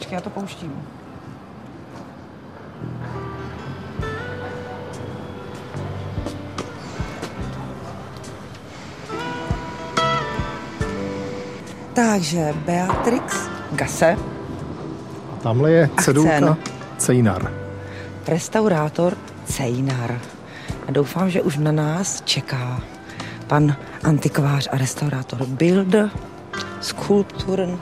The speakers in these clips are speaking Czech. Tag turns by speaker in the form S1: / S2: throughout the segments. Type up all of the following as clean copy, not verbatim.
S1: Počkej, já to pouštím. Takže Beatrix Gasse.
S2: Tamhle je cedulka Cejnar.
S1: Restaurátor Cejnar. A doufám, že už na nás čeká pan antikvář a restaurátor Bilder, Skulpturen.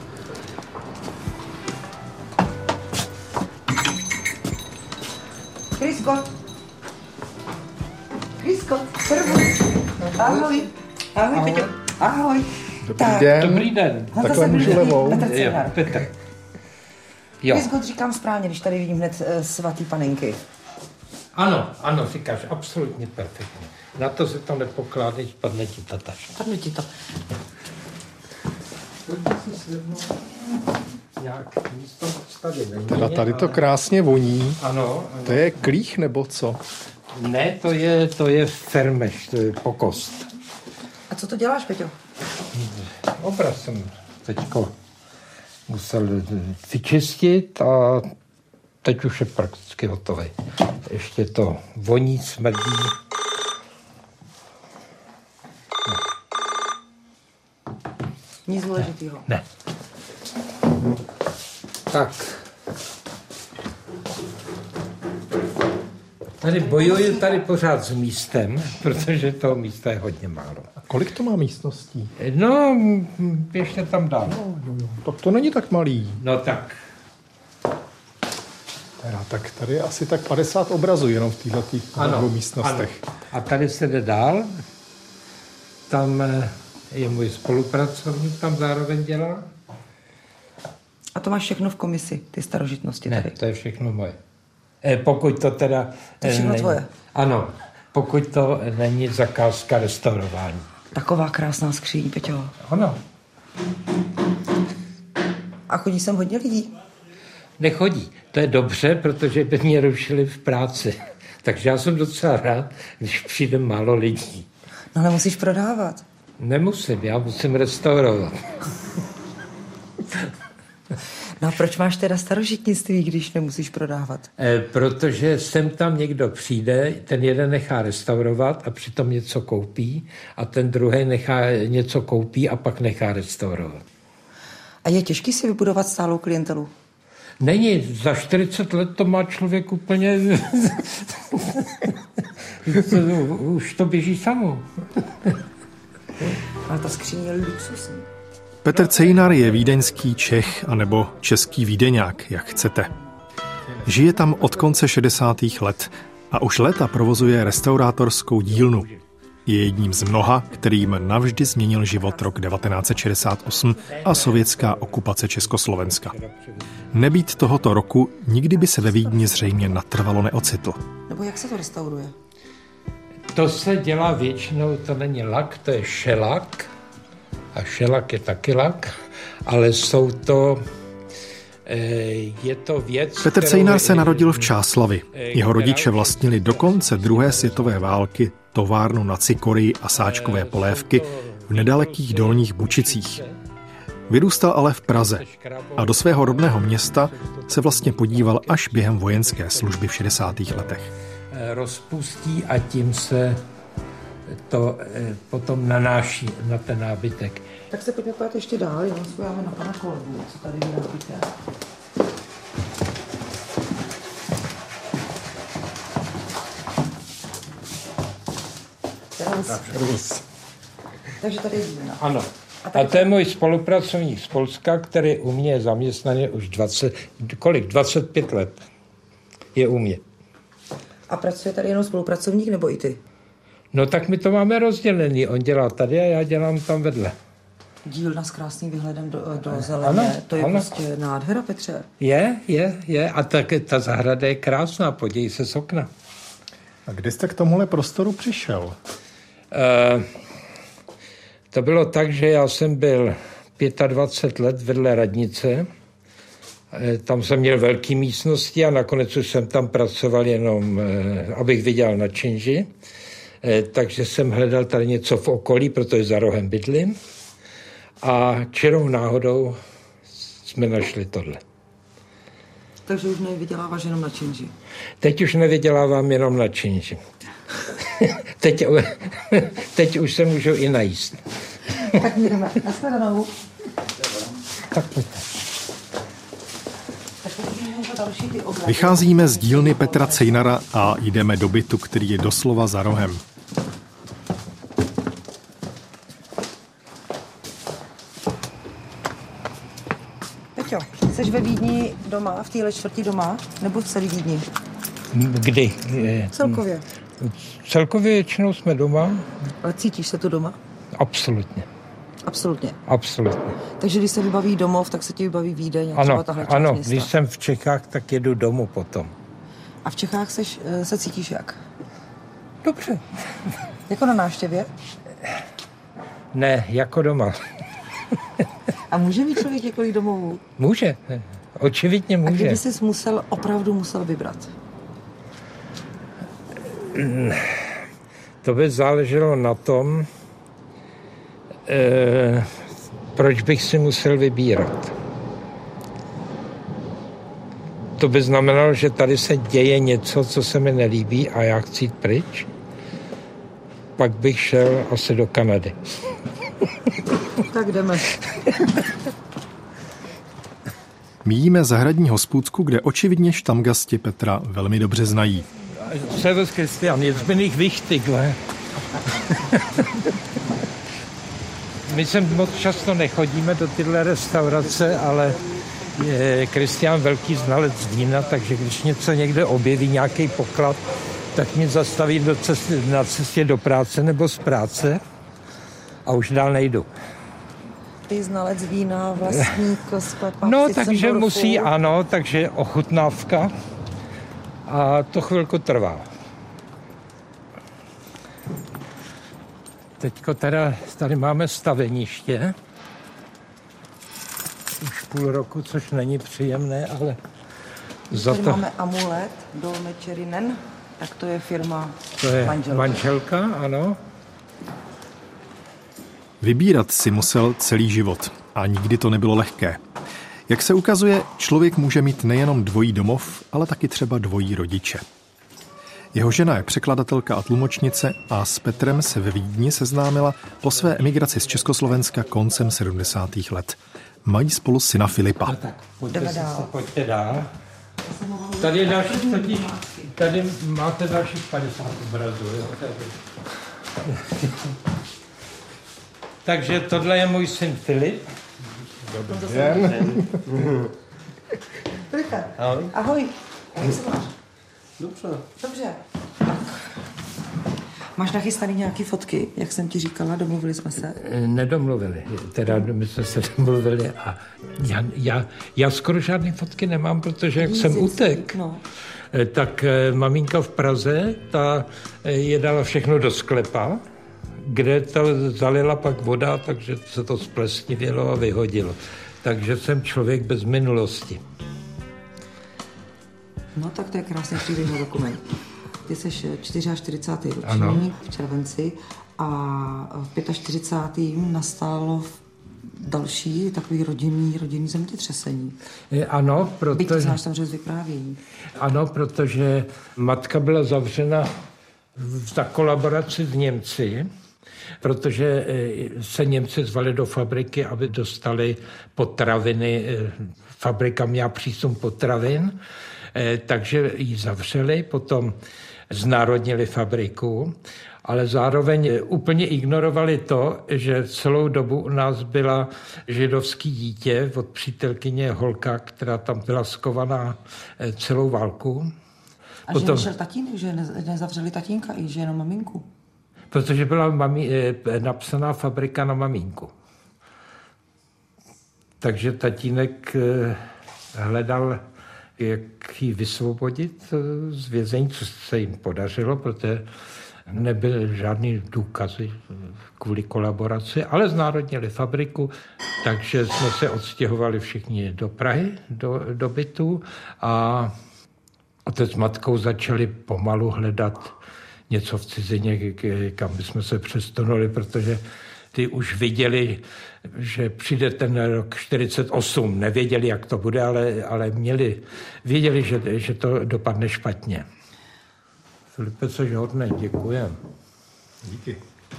S1: Grüß Gott. Grüß Gott. Ahoj. Ahoj, Peťo. Ahoj.
S2: Dobrý den. Takhle můžu levou.
S1: Petr. Grüß Gott říkám správně, když tady vidím hned svatý panenky.
S3: Ano, říkáš absolutně perfektně. Na to se to nepokládej, spadne ti ta taška.
S1: Spadne ti to.
S3: Nějak místo tady není.
S2: Teda tady to krásně voní.
S3: Ano.
S2: To je klích nebo co?
S3: Ne, to je fermeš, to je pokost.
S1: A co to děláš, Peťo?
S3: Obraz jsem teďko musel vyčistit a teď už je prakticky hotový. Ještě to voní, smrdí.
S1: Nic důležitýho.
S3: Ne. Tak. Tady bojuju pořád s místem, protože toho místa je hodně málo.
S2: A kolik to má místností?
S3: No, běžte tam dál.
S2: No. Tak to není tak malý.
S3: No tak.
S2: Tak tady je asi tak 50 obrazů jenom v těchto dvou místnostech.
S3: Ano. A tady se jde dál. Tam je můj spolupracovník, tam zároveň dělá.
S1: A to máš všechno v komisi, ty starožitnosti tady?
S3: Ne, to je všechno moje. Pokud to teda...
S1: To je všechno tvoje?
S3: Ano, pokud to není zakázka restaurování.
S1: Taková krásná skříň, Peťo.
S3: Ano.
S1: A chodí sem hodně lidí?
S3: Nechodí. To je dobře, protože by mě rušili v práci. Takže já jsem docela rád, když přijde málo lidí.
S1: No ale musíš prodávat.
S3: Nemusím, já musím restaurovat.
S1: No a proč máš teda starožitnictví, když nemusíš prodávat?
S3: Protože sem tam někdo přijde, ten jeden nechá restaurovat a přitom něco koupí a ten druhý něco koupí a pak nechá restaurovat.
S1: A je těžký si vybudovat stálou klientelu?
S3: Není, za 40 let to má člověk úplně... Už to běží samo.
S1: Ale ta skříň je luxusní.
S2: Petr Cejnar je vídeňský Čech anebo český Vídeňák, jak chcete. Žije tam od konce 60. let a už léta provozuje restaurátorskou dílnu. Je jedním z mnoha, kterým navždy změnil život rok 1968 a sovětská okupace Československa. Nebýt tohoto roku, nikdy by se ve Vídni zřejmě natrvalo neocitl.
S1: Nebo jak se to restauruje?
S3: To se dělá většinou, to není lak, to je šelak. A šelak je taky lak, ale je to věc...
S2: Petr Cejnar se narodil v Čáslavi. Jeho rodiče vlastnili do konce druhé světové války továrnu na cikorii a sáčkové polévky v nedalekých Dolních Bučicích. Vyrůstal ale v Praze a do svého rodného města se vlastně podíval až během vojenské služby v 60. letech.
S3: Rozpustí a tím se to potom nanáší na ten nábytek.
S1: Tak se pojďme pojít ještě dál, jenom spojáme na pana kolegu, co tady vyrábíte. Takže tady je dílna.
S3: Ano. A to je můj spolupracovník z Polska, který u mě je zaměstnaný už 25 let. Je u mě.
S1: A pracuje tady jenom spolupracovník nebo i ty?
S3: No tak my to máme rozdělený. On dělá tady a já dělám tam vedle.
S1: Dílna s krásným výhledem do zeleně.
S3: Ano,
S1: to je
S3: ano.
S1: prostě nádhera, Petře.
S3: Je. A tak ta zahrada je krásná, podívej se z okna.
S2: A kdy jste k tomuhle prostoru přišel?
S3: To bylo tak, že já jsem byl 25 let vedle radnice. Tam jsem měl velké místnosti a nakonec už jsem tam pracoval jenom, abych vydělal na činži. Takže jsem hledal tady něco v okolí, protože za rohem bydlím. A čirou náhodou jsme našli tohle.
S1: Takže už nevyděláváš jenom na činži.
S3: Teď už nevydělávám jenom na činži. Teď už se můžu i najíst.
S1: Tak jdeme. Nashledanou.
S3: Tak pojďte.
S2: Vycházíme z dílny Petra Cejnara a jdeme do bytu, který je doslova za rohem.
S1: Peťo, jsi ve Vídni doma, v téhle čtvrti doma, nebo v celé Vídni?
S3: Kdy?
S1: Celkově.
S3: Celkově většinou jsme doma.
S1: Ale cítíš se tu doma?
S3: Absolutně.
S1: Absolutně.
S3: Absolutně.
S1: Takže když se vybaví domov, tak se ti vybaví Vídeň a třeba tahle část
S3: ano,
S1: města.
S3: když jsem v Čechách, tak jedu domů potom.
S1: A v Čechách se cítíš jak?
S3: Dobře.
S1: Jako na návštěvě?
S3: Ne, jako doma.
S1: A může mít člověk několik domovů?
S3: Může, očividně
S1: A
S3: může.
S1: kdyby jsi opravdu musel vybrat?
S3: To by záleželo na tom, proč bych si musel vybírat. To by znamenalo, že tady se děje něco, co se mi nelíbí a já chci jít pryč. Pak bych šel asi do Kanady.
S1: Tak jdeme.
S3: Míjíme zahradní hospůdku, kde očividně štamgasti Petra velmi dobře znají. Servus Christian, jetzt bin ich wichtig. My sem moc často nechodíme do tyhle restaurace, ale je Christian velký znalec vína, takže když něco někde objeví, nějaký poklad, tak mě zastaví na cestě do práce nebo z práce a už dál nejdu.
S1: Ty znalec vína, vlastník sklepa.
S3: No, takže musí, ano, takže ochutnávka a to chvilku trvá. Teďko teda tady máme staveniště. Už půl roku, což není příjemné, ale za
S1: tady
S3: to...
S1: máme Amulet, Dolmečerinen, tak to je firma
S3: To je manželka, ano. Vybírat si musel celý život a nikdy to nebylo lehké. Jak se ukazuje, člověk může mít nejenom dvojí domov, ale taky třeba dvojí rodiče. Jeho žena je překladatelka a tlumočnice a s Petrem se ve Vídni seznámila po své emigraci z Československa koncem 70. let. Mají spolu syna Filipa. No tak, pojďte dál. Tady je další, tady máte dalších 50 obrazů. Takže tohle je můj syn Filip. Dobrý den.
S1: Ahoj. Jak se máš? Dobře. Máš nachystaný nějaké fotky, jak jsem ti říkala, domluvili jsme se?
S3: Nedomluvili, teda my jsme se domluvili a já skoro žádné fotky nemám, protože jak jsem utek, tak maminka v Praze, ta je dala všechno do sklepa, kde to zalila pak voda, takže se to splesnivělo a vyhodilo. Takže jsem člověk bez minulosti.
S1: No tak to je krásný příběhný dokument. Ty jsi 44. ročník v červenci a v 45. nastalo další takový rodinný zemětřesení.
S3: Ano, protože...
S1: Byť to znáš samozřejmě z vyprávění.
S3: Ano, protože matka byla zavřena za kolaboraci s Němci, protože se Němci zvali do fabriky, aby dostali potraviny. Fabrika měla přísun potravin, takže ji zavřeli, potom znárodnili fabriku, ale zároveň úplně ignorovali to, že celou dobu u nás byla židovský dítě od přítelkyně holka, která tam byla skovaná celou válku.
S1: A potom... že nešel tatínek, že nezavřeli tatínka, i že jenom maminku?
S3: Protože byla napsaná fabrika na maminku. Takže tatínek hledal, jak ji vysvobodit z vězení, co se jim podařilo, protože nebyly žádný důkazy kvůli kolaboraci, ale znárodnili fabriku, takže jsme se odstěhovali všichni do Prahy, do bytu a otec s matkou začali pomalu hledat něco v cizině, kam bychom se přesunuli, protože ty už viděli že přijde ten rok 48. Nevěděli, jak to bude, ale věděli, že to dopadne špatně. Filipe, což hodně, děkujem.
S2: Díky.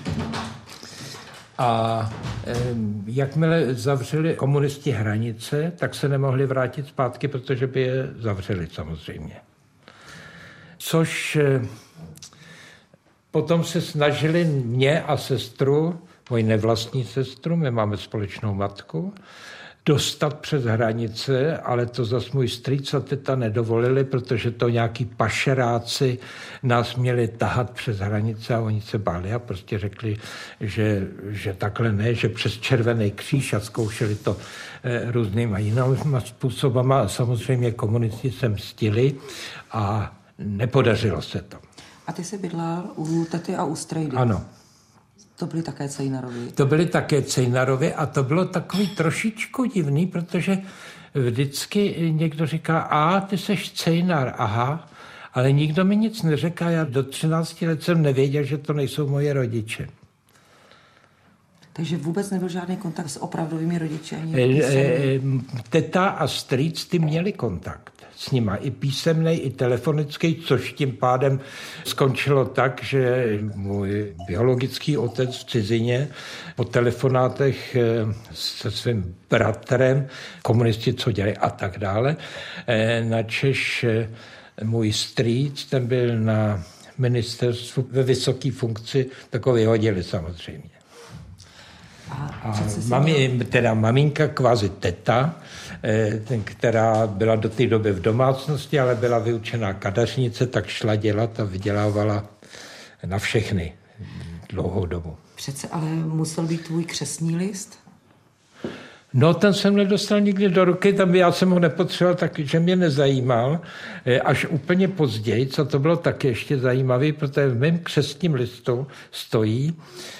S3: A jakmile zavřeli komunisti hranice, tak se nemohli vrátit zpátky, protože by je zavřeli samozřejmě. Což potom se snažili mě a sestru, moji nevlastní sestru, my máme společnou matku, dostat přes hranice, ale to zas můj strýc a teta nedovolili, protože to nějaký pašeráci nás měli tahat přes hranice a oni se báli a prostě řekli, že takhle ne, že přes Červený kříž a zkoušeli to různýma jinými způsobama a samozřejmě komunisti se mstili a nepodařilo se to.
S1: A ty jsi bydlel u tety a u strejdy?
S3: Ano.
S1: To byly také Cejnarovi.
S3: To byly také Cejnarovi a to bylo takový trošičku divný, protože vždycky někdo říká, ty seš Cejnar, aha, ale nikdo mi nic neřeká, já do 13 let jsem nevěděl, že to nejsou moje rodiče.
S1: Takže vůbec nebyl žádný kontakt s opravdovými rodiči?
S3: Teta a strýc, ty měli kontakt s nima, i písemnej, i telefonický, což tím pádem skončilo tak, že můj biologický otec v cizině po telefonátech se svým bratrem, komunisti, co dělají a tak dále, načež můj strýc, ten byl na ministerstvu ve vysoké funkci, tak ho vyhodili samozřejmě. A maminka, kvazi teta, která byla do té doby v domácnosti, ale byla vyučená kadeřnice, tak šla dělat a vydělávala na všechny dlouhou dobu.
S1: Přece ale musel být tvůj křestní list?
S3: No, ten jsem nedostal nikdy do ruky, tam já jsem ho nepotřeboval, takže mě nezajímal. Až úplně později, co to bylo taky ještě zajímavé, protože v mém křestním listu stojí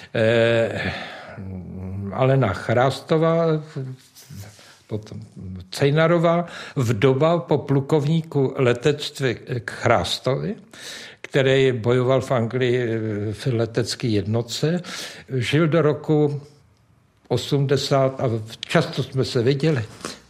S3: Alena Chrástová, potom Cejnarová, vdova po plukovníku letectví k Chrástovi, který bojoval v Anglii v letecké jednotce. Žil do roku 80 a často jsme se viděli.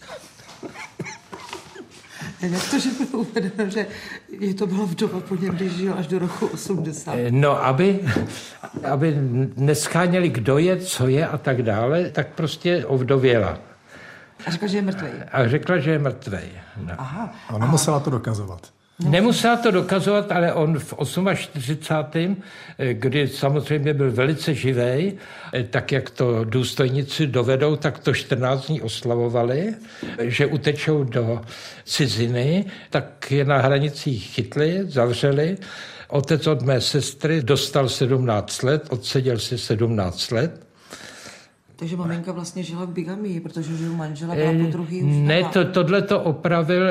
S1: Jak to, že bylo uvedeno, že to byla vdova po něm, když žil až do roku 80?
S3: No, aby nescháněli, kdo je, co je a tak dále, tak prostě ovdověla.
S1: A řekla, že je mrtvej.
S3: A řekla, že je mrtvej. No.
S1: Aha.
S2: A nemusela to dokazovat.
S3: Nemusela to dokazovat, ale on v 48., kdy samozřejmě byl velice živej, tak jak to důstojníci dovedou, tak to 14 dní oslavovali, že utečou do ciziny, tak je na hranicích chytli, zavřeli. Otec od mé sestry dostal 17 let, odseděl si 17 let.
S1: Takže maminka vlastně žila v bigamii, protože že manžela byla po druhý už
S3: ne, tohle to opravil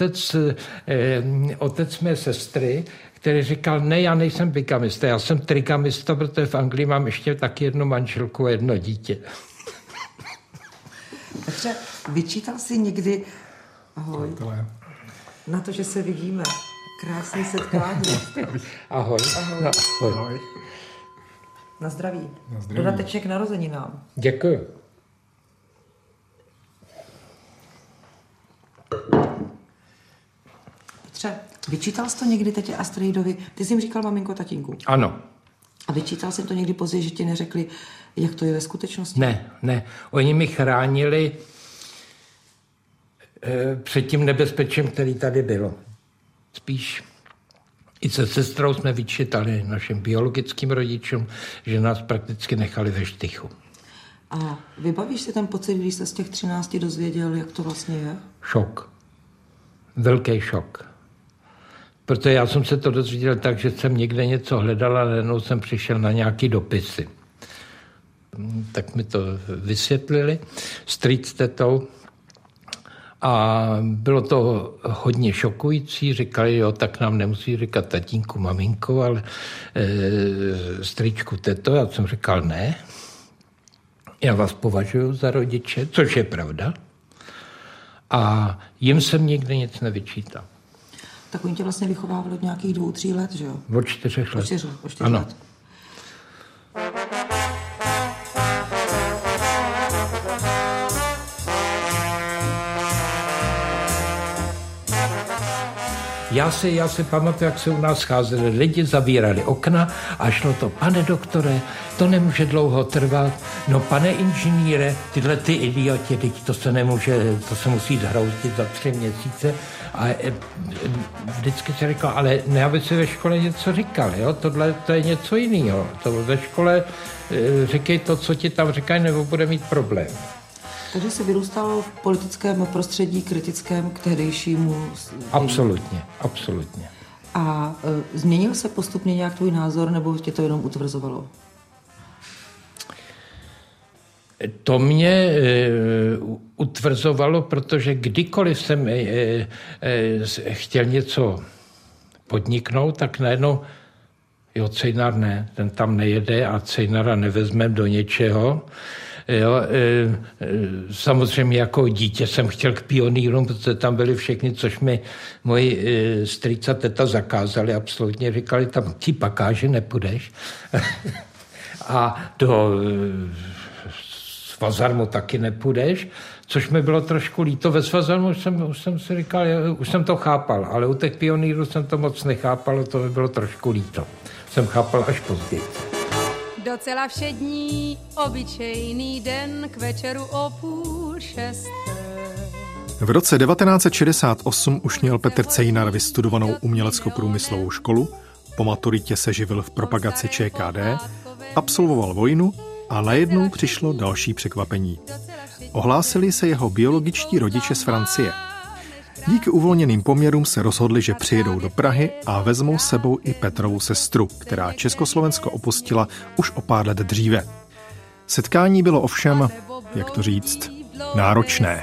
S3: otec mé sestry, který říkal, ne, já nejsem bigamista, já jsem trigamista, protože v Anglii mám ještě taky jednu manželku a jedno dítě.
S1: Takže vyčítal jsi někdy, ahoj, na to, že se vidíme. Krásný setkání.
S3: Ahoj.
S1: Ahoj.
S3: No, ahoj.
S2: Ahoj.
S1: Na zdraví.
S2: Na zdraví.
S1: Dodatečně k narozeninám.
S3: Děkuji.
S1: Petře, vyčítal jsi to někdy tetě a strejdovi? Ty jsi jim říkal maminko, tatínku.
S3: Ano.
S1: A vyčítal jsem to někdy později, že ti neřekli, jak to je ve skutečnosti?
S3: Ne. Oni mi chránili před tím nebezpečím, který tady bylo. Spíš i se sestrou jsme vyčítali našim biologickým rodičům, že nás prakticky nechali ve štychu.
S1: A vybavíš si ten pocit, když se z těch 13 dozvěděl, jak to vlastně je?
S3: Šok. Velký šok. Protože já jsem se to dozvěděl tak, že jsem někde něco hledal a najednou jsem přišel na nějaký dopisy. Tak mi to vysvětlili strýc s tetou. A bylo to hodně šokující, říkali, jo, tak nám nemusí říkat tatínku, maminko, ale strýčku, teto. Já jsem říkal, ne, já vás považuji za rodiče, což je pravda. A jim jsem nikdy nic nevyčítal.
S1: Tak oni tě vlastně vychovávali od nějakých 2-3 let, že jo?
S3: Od 4 let.
S1: O 4
S3: ano.
S1: let.
S3: Já si pamatuju, jak se u nás scházeli lidi, zavírali okna a šlo to, pane doktore, to nemůže dlouho trvat, no pane inženýre, tyhle ty idioti, to se nemůže, to se musí zhroutit za 3 měsíce. A vždycky si říkal, ale ne, aby si ve škole něco říkal, jo? Tohle to je něco jiného. To ve škole říkej to, co ti tam říkají, nebo bude mít problém.
S1: Takže se vyrůstal v politickém prostředí kritickém k tehdejšímu...
S3: Absolutně.
S1: A změnil se postupně nějak tvůj názor, nebo tě to jenom utvrzovalo?
S3: To mě utvrzovalo, protože kdykoliv jsem chtěl něco podniknout, tak najednou Cejnar ne, ten tam nejede a Cejnara nevezmeme do něčeho. Jo, samozřejmě jako dítě jsem chtěl k pionýrům, protože tam byli všichni, což mi moji strýc a teta zakázali, absolutně říkali, tam ti pakáži nepůjdeš. A do Svazarmu taky nepůjdeš, což mi bylo trošku líto. Ve Svazarmu už jsem si říkal, už jsem to chápal, ale u těch pionýrů jsem to moc nechápal, to mi bylo trošku líto. Jsem chápal až později.
S4: Docela všední, obyčejný den k večeru o 5:30.
S2: V roce 1968 už měl Petr Cejnar vystudovanou umělecko-průmyslovou školu, po maturitě se živil v propagaci ČKD, absolvoval vojnu a najednou přišlo další překvapení. Ohlásili se jeho biologičtí rodiče z Francie. Díky uvolněným poměrům se rozhodli, že přijedou do Prahy a vezmou s sebou i Petrovu sestru, která Československo opustila už o pár let dříve. Setkání bylo ovšem, jak to říct, náročné.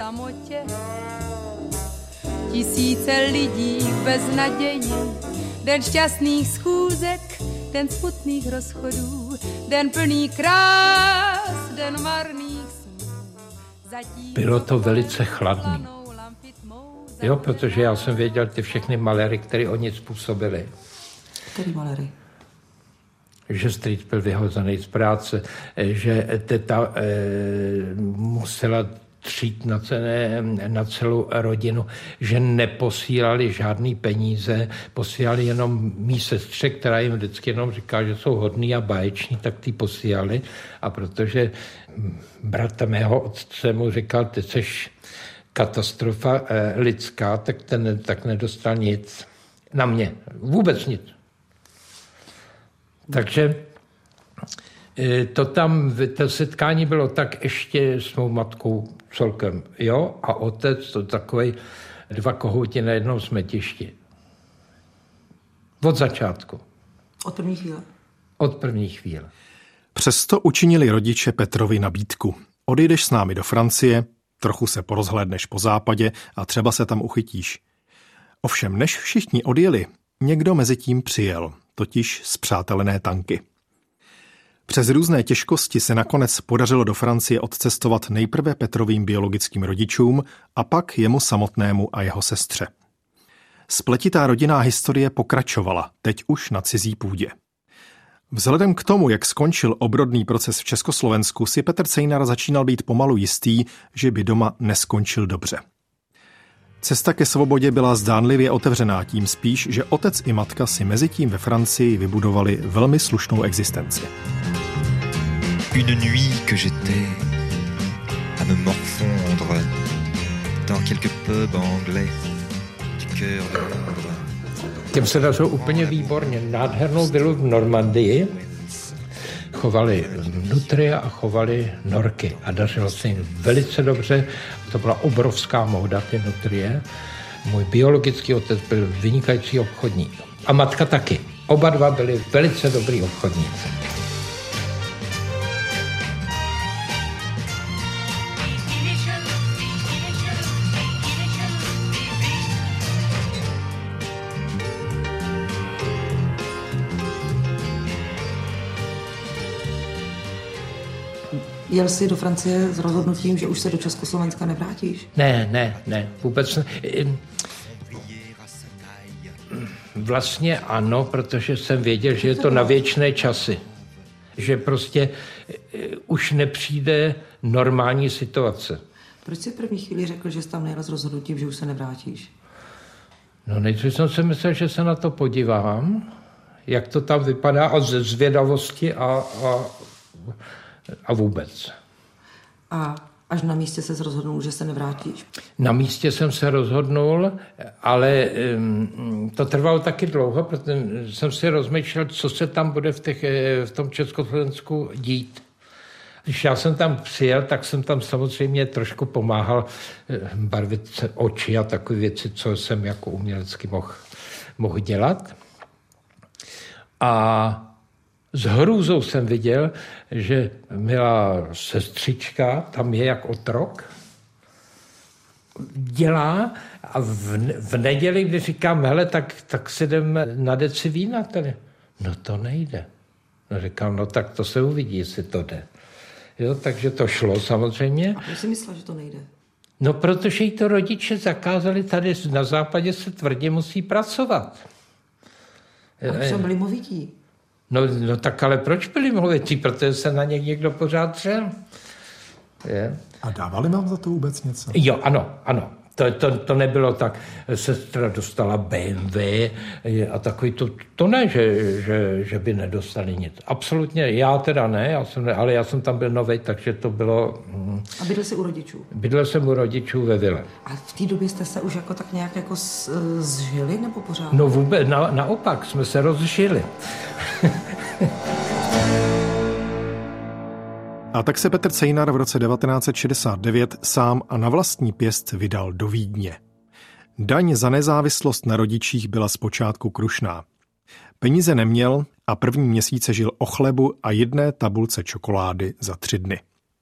S4: Tisíce lidí bez naději, den šťastných schůzek, den smutných rozchodů, den plný krás, den marných snů.
S3: Bylo to velice chladný. Jo, protože já jsem věděl ty všechny maléry, které oni způsobili.
S1: Který maléry?
S3: Že strýc byl vyhozený z práce, že teta musela třít na celou rodinu, že neposílali žádný peníze, posílali jenom mý sestře, která jim vždycky jenom říká, že jsou hodný a báječní, tak ty posílali. A protože brata mého otce mu říkal, ty seš katastrofa lidská, tak ten tak nedostal nic. Na mě. Vůbec nic. Takže to setkání bylo tak ještě s mou matkou celkem. Jo? A otec to takovej 2 kohouti na jednom smetišti. Od začátku.
S1: Od první chvíle?
S3: Od první chvíle.
S2: Přesto učinili rodiče Petrovi nabídku. Odejdeš s námi do Francie, trochu se porozhlédneš po západě a třeba se tam uchytíš. Ovšem, než všichni odjeli, někdo mezi tím přijel, totiž spřátelené tanky. Přes různé těžkosti se nakonec podařilo do Francie odcestovat nejprve Petrovým biologickým rodičům a pak jemu samotnému a jeho sestře. Spletitá rodinná historie pokračovala, teď už na cizí půdě. Vzhledem k tomu, jak skončil obrodný proces v Československu, si Petr Cejnar začínal být pomalu jistý, že by doma neskončil dobře. Cesta ke svobodě byla zdánlivě otevřená, tím spíš, že otec i matka si mezitím ve Francii vybudovali velmi slušnou existenci.
S5: Une nuit que j'étais à me morfondre dans quelques pubs anglais du cœur de Londres.
S3: Těm se dařilo úplně výborně. Nádhernou vilu v Normandii. Chovali nutrie a chovali norky. A dařilo se jim velice dobře. To byla obrovská móda, ty nutrie. Můj biologický otec byl vynikající obchodník. A matka taky. Oba dva byli velice dobrý obchodníci.
S1: Jel jsi do Francie s rozhodnutím, že už se do Československa nevrátíš?
S3: Ne, vůbec ne. Vlastně ano, protože jsem věděl, že je to na věčné časy. Že prostě už nepřijde normální situace.
S1: Proč jsi v první chvíli řekl, že jsi tam nejel s rozhodnutím, že už se nevrátíš?
S3: No nejdřív jsem si myslel, že se na to podívám, jak to tam vypadá a ze zvědavosti a vůbec.
S1: A až na místě se rozhodnul, že se nevrátíš?
S3: Na místě jsem se rozhodnul, ale to trvalo taky dlouho, protože jsem si rozmýšlel, co se tam bude v tom Československu dít. Když já jsem tam přijel, tak jsem tam samozřejmě trošku pomáhal barvit oči a takové věci, co jsem jako umělecky mohl dělat. A s hrůzou jsem viděl, že milá sestřička tam je jak otrok, dělá a v neděli, když říkám, hele, tak si jdeme na deci vína tady. No to nejde. No říkám, no tak to se uvidí, jestli to jde. Jo, takže to šlo samozřejmě.
S1: A proč jsi myslel, že to nejde?
S3: No protože jí to rodiče zakázali, tady na západě se tvrdě musí pracovat.
S1: A už byli movití.
S3: No tak ale proč byli mluvití? Protože se na ně někdo pořád třel. Je.
S2: A dávali vám za to vůbec něco?
S3: Jo, ano. To nebylo tak. Sestra dostala BMW a takový to ne, že by nedostali nic. Absolutně, já teda ne, ale já jsem tam byl novej, takže to bylo...
S1: A bydlel jsi u rodičů?
S3: Bydlel jsem u rodičů ve vile.
S1: A v té době jste se už jako tak nějak jako zžili nebo pořád?
S3: No vůbec, naopak, jsme se rozžili.
S2: A tak se Petr Cejnar v roce 1969 sám a na vlastní pěst vydal do Vídně. Daň za nezávislost na rodičích byla zpočátku krušná. Peníze neměl a první měsíce žil o chlebu a jedné tabulce čokolády za 3 dny.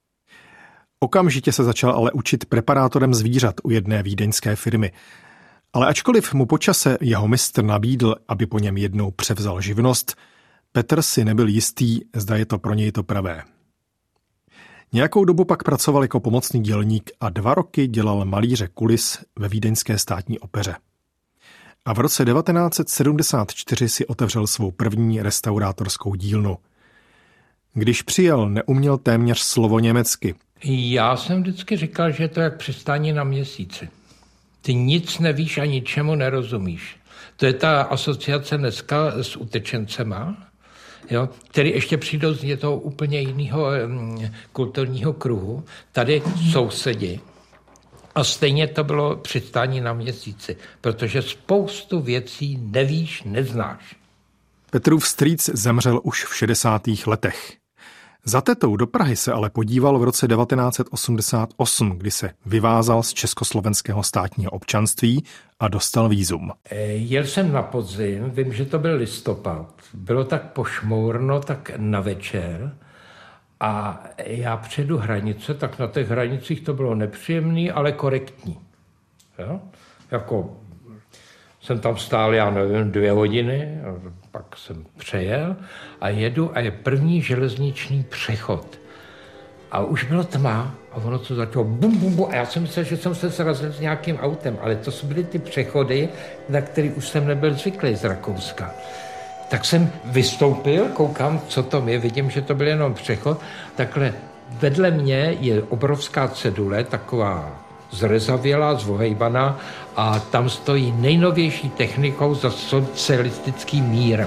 S2: Okamžitě se začal ale učit preparátorem zvířat u jedné vídeňské firmy. Ale ačkoliv mu po čase jeho mistr nabídl, aby po něm jednou převzal živnost, Petr si nebyl jistý, zda je to pro něj to pravé. Nějakou dobu pak pracoval jako pomocný dělník a 2 roky dělal malíře kulis ve vídeňské státní opeře. A v roce 1974 si otevřel svou první restaurátorskou dílnu. Když přijel, neuměl téměř slovo německy.
S3: Já jsem vždycky říkal, že je to jak přistání na Měsíci. Ty nic nevíš a ničemu nerozumíš. To je ta asociace dneska s utečencema, jo, který ještě přijdou z toho úplně jiného kulturního kruhu. Tady sousedi. A stejně to bylo přistání na Měsíci, protože spoustu věcí nevíš, neznáš.
S2: Petrův strýc zemřel už v 60. letech. Za tetou do Prahy se ale podíval v roce 1988, kdy se vyvázal z československého státního občanství a dostal vízum.
S3: Jel jsem na podzim, vím, že to byl listopad. Bylo tak pošmourno, tak na večer. A já přejdu hranice, tak na těch hranicích to bylo nepříjemný, ale korektní. Jo? Jako jsem tam stál, já nevím, 2 hodiny, a pak jsem přejel a jedu a je první železniční přechod. A už bylo tma a ono to začalo bum, bum, bum. A já jsem myslel, že jsem se srazil s nějakým autem, ale to byly ty přechody, na který už jsem nebyl zvyklý z Rakouska. Tak jsem vystoupil, koukám, co to je, vidím, že to byl jenom přechod. Takhle vedle mě je obrovská cedule, taková zrezavělá, zvohejbaná a tam stojí nejnovější technikou za socialistický mír.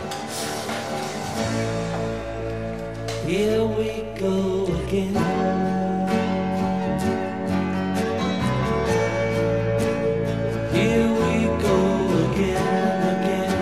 S3: Here we go again. Here we go again.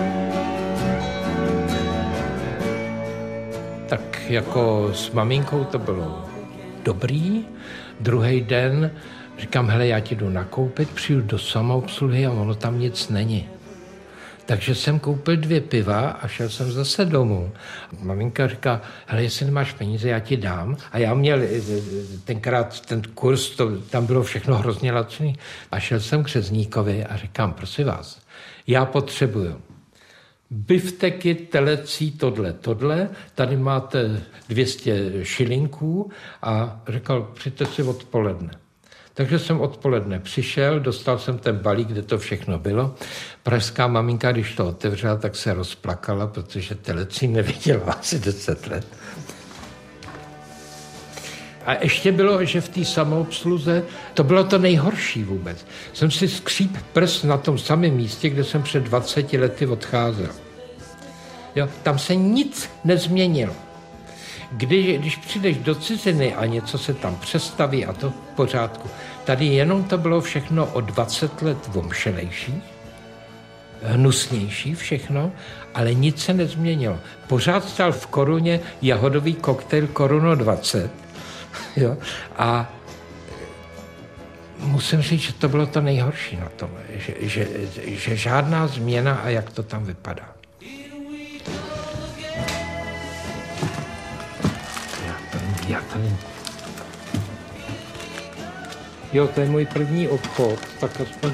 S3: Tak jako s maminkou to bylo dobrý. Druhý den říkám, hele, já ti jdu nakoupit, přijdu do samoobsluhy a ono tam nic není. Takže jsem koupil 2 piva a šel jsem zase domů. Maminka říká, hele, jestli nemáš peníze, já ti dám. A já měl tenkrát ten kurz, tam bylo všechno hrozně laciný. A šel jsem k řezníkovi a říkám, prosím vás, já potřebuju bifteky, telecí, tohle, tady máte 200 šilinků a říkal, přijďte si odpoledne. Takže jsem odpoledne přišel, dostal jsem ten balík, kde to všechno bylo. Pražská maminka, když to otevřela, tak se rozplakala, protože telecí neviděla asi 10 let. A ještě bylo, že v té samoobsluze, to bylo to nejhorší vůbec. Jsem si skříp prst na tom samém místě, kde jsem před 20 lety odcházel. Jo, tam se nic nezměnilo. Když přijdeš do ciziny a něco se tam přestaví a to v pořádku. Tady jenom to bylo všechno o 20 let vomšelejší, hnusnější všechno, ale nic se nezměnilo. Pořád stál v Koruně jahodový koktejl Koruno 20. Jo? A musím říct, že to bylo to nejhorší na tom, že žádná změna a jak to tam vypadá. Já tady. Jo, to je můj první obchod, tak aspoň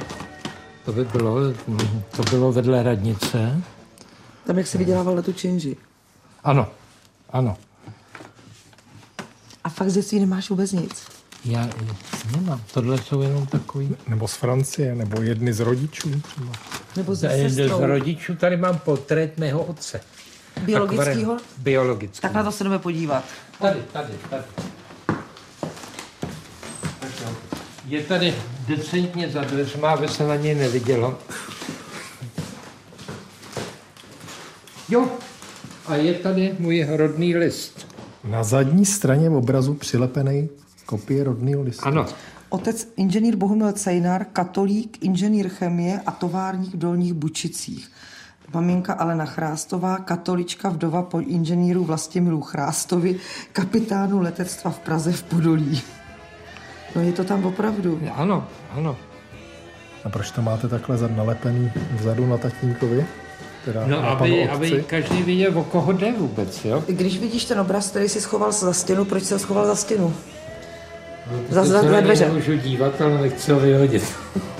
S3: to bylo vedle radnice.
S1: Tam, jak se vydělával na tu činži.
S3: Ano, ano.
S1: A fakt z dětství nemáš vůbec nic?
S3: Já nemám, tohle jsou jenom takový.
S2: Nebo z Francie, nebo jedny z rodičů třeba.
S1: Nebo ze sestrou?
S3: Z rodičů tady mám portrét mého otce.
S1: Biologického?
S3: Biologického.
S1: Tak na to se jdeme podívat.
S3: Tady. Je tady decentně za dveřma, aby se na něj nevidělo. Jo, a je tady můj rodný list.
S2: Na zadní straně obrazu přilepený kopie rodného listu.
S3: Ano.
S1: Otec inženýr Bohumil Cejnar, katolík, inženýr chemie a továrník v Dolních Bučicích. Maminka Alena Chrástová, katolička, vdova po inženýru Vlastimilu Chrástovi, kapitánu letectva v Praze v Podolí. No je to tam opravdu.
S3: Ano, ano.
S2: A proč to máte takhle nalepený vzadu na tatínkovi? Teda
S3: no, aby každý viděl, o koho jde vůbec, jo?
S1: Když vidíš ten obraz, který si schoval za stěnu, proč se ho schoval za stěnu?
S3: No,
S1: za dveře.
S3: Můžu dívat, ale nechci ho vyhodit.